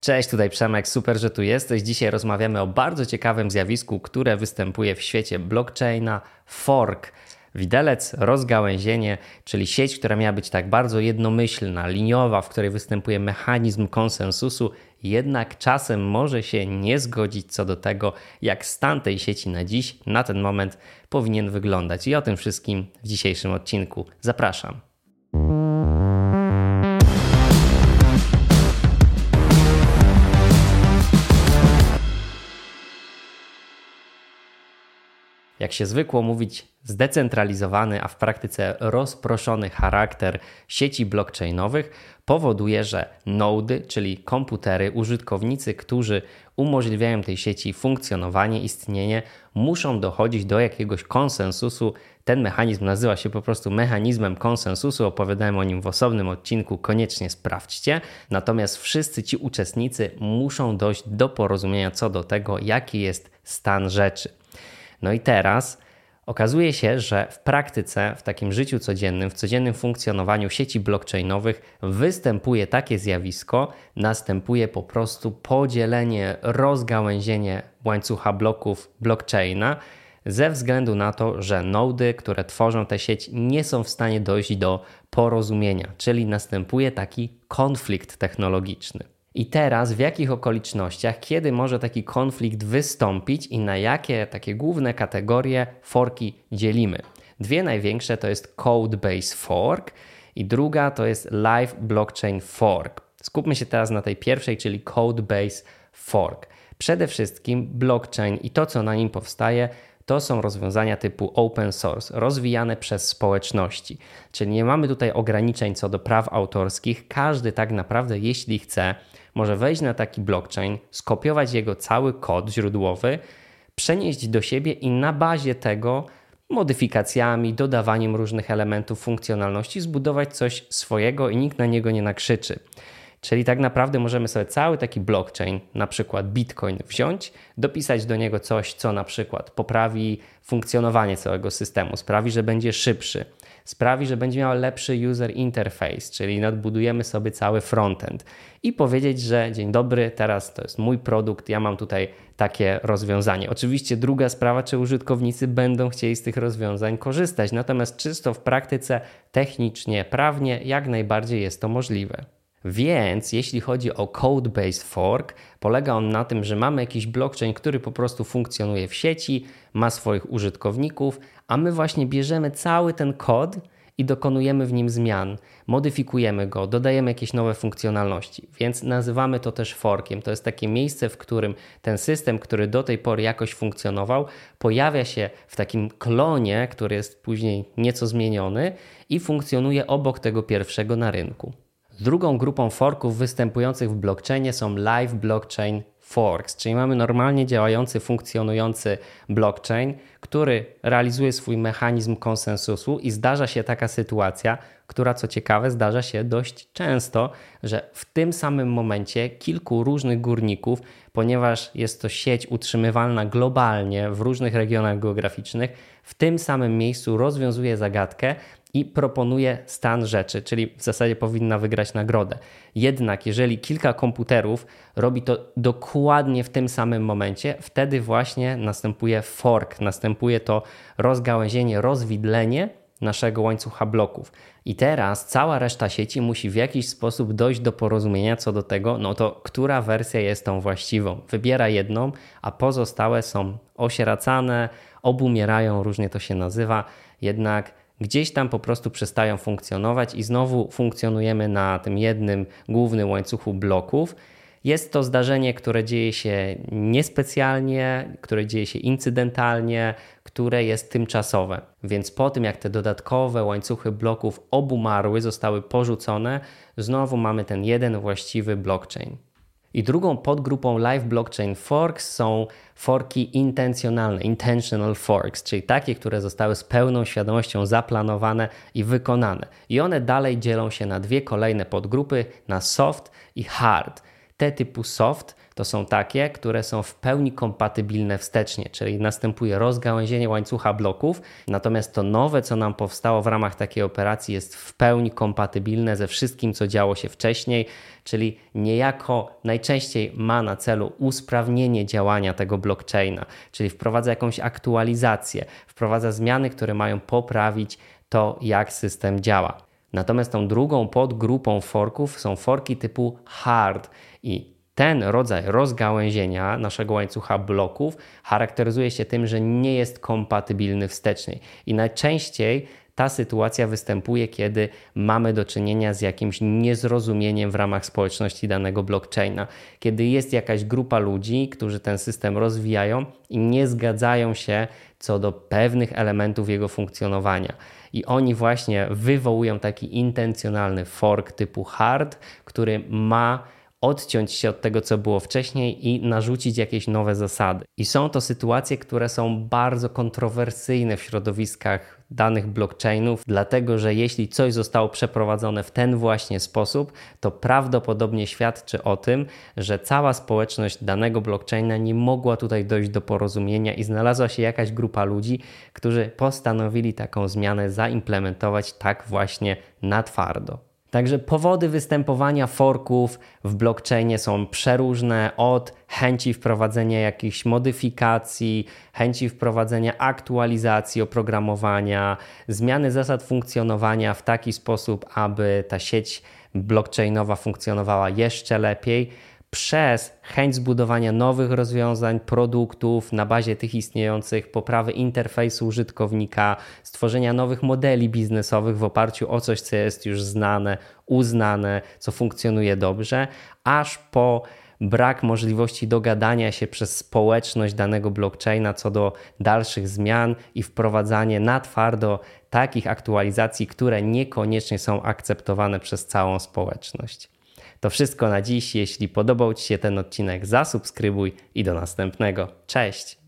Cześć, tutaj Przemek, super, że tu jesteś. Dzisiaj rozmawiamy o bardzo ciekawym zjawisku, które występuje w świecie blockchaina, fork. Widelec, rozgałęzienie, czyli sieć, która miała być tak bardzo jednomyślna, liniowa, w której występuje mechanizm konsensusu, jednak czasem może się nie zgodzić co do tego, jak stan tej sieci na dziś, na ten moment powinien wyglądać. I o tym wszystkim w dzisiejszym odcinku. Zapraszam. Jak się zwykło mówić, zdecentralizowany, a w praktyce rozproszony charakter sieci blockchainowych powoduje, że nody, czyli komputery, użytkownicy, którzy umożliwiają tej sieci funkcjonowanie, istnienie, muszą dochodzić do jakiegoś konsensusu. Ten mechanizm nazywa się po prostu mechanizmem konsensusu. Opowiadałem o nim w osobnym odcinku, koniecznie sprawdźcie. Natomiast wszyscy ci uczestnicy muszą dojść do porozumienia co do tego, jaki jest stan rzeczy. No i teraz okazuje się, że w praktyce, w takim życiu codziennym, w codziennym funkcjonowaniu sieci blockchainowych występuje takie zjawisko, następuje po prostu podzielenie, rozgałęzienie łańcucha bloków blockchaina ze względu na to, że nody, które tworzą tę sieć, nie są w stanie dojść do porozumienia, czyli następuje taki konflikt technologiczny. I teraz w jakich okolicznościach, kiedy może taki konflikt wystąpić i na jakie takie główne kategorie forki dzielimy? Dwie największe to jest Code Base Fork i druga to jest Live Blockchain Fork. Skupmy się teraz na tej pierwszej, czyli Code Base Fork. Przede wszystkim blockchain i to, co na nim powstaje, to są rozwiązania typu open source, rozwijane przez społeczności. Czyli nie mamy tutaj ograniczeń co do praw autorskich. Każdy tak naprawdę, jeśli chce, może wejść na taki blockchain, skopiować jego cały kod źródłowy, przenieść do siebie i na bazie tego modyfikacjami, dodawaniem różnych elementów funkcjonalności zbudować coś swojego i nikt na niego nie nakrzyczy. Czyli tak naprawdę możemy sobie cały taki blockchain, na przykład Bitcoin, wziąć, dopisać do niego coś, co na przykład poprawi funkcjonowanie całego systemu, sprawi, że będzie szybszy, sprawi, że będzie miał lepszy user interface, czyli nadbudujemy sobie cały frontend i powiedzieć, że dzień dobry, teraz to jest mój produkt, ja mam tutaj takie rozwiązanie. Oczywiście druga sprawa, czy użytkownicy będą chcieli z tych rozwiązań korzystać, natomiast czysto w praktyce, technicznie, prawnie jak najbardziej jest to możliwe. Więc jeśli chodzi o Code Base Fork, polega on na tym, że mamy jakiś blockchain, który po prostu funkcjonuje w sieci, ma swoich użytkowników, a my właśnie bierzemy cały ten kod i dokonujemy w nim zmian, modyfikujemy go, dodajemy jakieś nowe funkcjonalności, więc nazywamy to też forkiem. To jest takie miejsce, w którym ten system, który do tej pory jakoś funkcjonował, pojawia się w takim klonie, który jest później nieco zmieniony i funkcjonuje obok tego pierwszego na rynku. Drugą grupą forków występujących w blockchainie są live blockchain forks, czyli mamy normalnie działający, funkcjonujący blockchain, który realizuje swój mechanizm konsensusu i zdarza się taka sytuacja, która co ciekawe zdarza się dość często, że w tym samym momencie kilku różnych górników, ponieważ jest to sieć utrzymywalna globalnie w różnych regionach geograficznych, w tym samym miejscu rozwiązuje zagadkę i proponuje stan rzeczy, czyli w zasadzie powinna wygrać nagrodę. Jednak jeżeli kilka komputerów robi to dokładnie w tym samym momencie, wtedy właśnie następuje fork, następuje to rozgałęzienie, rozwidlenie naszego łańcucha bloków. I teraz cała reszta sieci musi w jakiś sposób dojść do porozumienia co do tego, no to która wersja jest tą właściwą. Wybiera jedną, a pozostałe są osieracane, obumierają, różnie to się nazywa, jednak gdzieś tam po prostu przestają funkcjonować i znowu funkcjonujemy na tym jednym głównym łańcuchu bloków. Jest to zdarzenie, które dzieje się niespecjalnie, które dzieje się incydentalnie, które jest tymczasowe. Więc po tym, jak te dodatkowe łańcuchy bloków obumarły, zostały porzucone, znowu mamy ten jeden właściwy blockchain. I drugą podgrupą Live Blockchain Forks są forki intencjonalne, intentional forks, czyli takie, które zostały z pełną świadomością zaplanowane i wykonane. I one dalej dzielą się na dwie kolejne podgrupy, na soft i hard. Te typu soft to są takie, które są w pełni kompatybilne wstecznie, czyli następuje rozgałęzienie łańcucha bloków, natomiast to nowe, co nam powstało w ramach takiej operacji, jest w pełni kompatybilne ze wszystkim, co działo się wcześniej, czyli niejako najczęściej ma na celu usprawnienie działania tego blockchaina, czyli wprowadza jakąś aktualizację, wprowadza zmiany, które mają poprawić to, jak system działa. Natomiast tą drugą podgrupą forków są forki typu hard i ten rodzaj rozgałęzienia naszego łańcucha bloków charakteryzuje się tym, że nie jest kompatybilny wstecznie i najczęściej ta sytuacja występuje, kiedy mamy do czynienia z jakimś niezrozumieniem w ramach społeczności danego blockchaina. Kiedy jest jakaś grupa ludzi, którzy ten system rozwijają i nie zgadzają się co do pewnych elementów jego funkcjonowania. I oni właśnie wywołują taki intencjonalny fork typu hard, który ma odciąć się od tego, co było wcześniej i narzucić jakieś nowe zasady. I są to sytuacje, które są bardzo kontrowersyjne w środowiskach danych blockchainów, dlatego że jeśli coś zostało przeprowadzone w ten właśnie sposób, to prawdopodobnie świadczy o tym, że cała społeczność danego blockchaina nie mogła tutaj dojść do porozumienia i znalazła się jakaś grupa ludzi, którzy postanowili taką zmianę zaimplementować tak właśnie na twardo. Także powody występowania forków w blockchainie są przeróżne, od chęci wprowadzenia jakichś modyfikacji, chęci wprowadzenia aktualizacji oprogramowania, zmiany zasad funkcjonowania w taki sposób, aby ta sieć blockchainowa funkcjonowała jeszcze lepiej, przez chęć zbudowania nowych rozwiązań, produktów na bazie tych istniejących, poprawy interfejsu użytkownika, stworzenia nowych modeli biznesowych w oparciu o coś, co jest już znane, uznane, co funkcjonuje dobrze, aż po brak możliwości dogadania się przez społeczność danego blockchaina co do dalszych zmian i wprowadzanie na twardo takich aktualizacji, które niekoniecznie są akceptowane przez całą społeczność. To wszystko na dziś. Jeśli podobał Ci się ten odcinek, zasubskrybuj i do następnego. Cześć!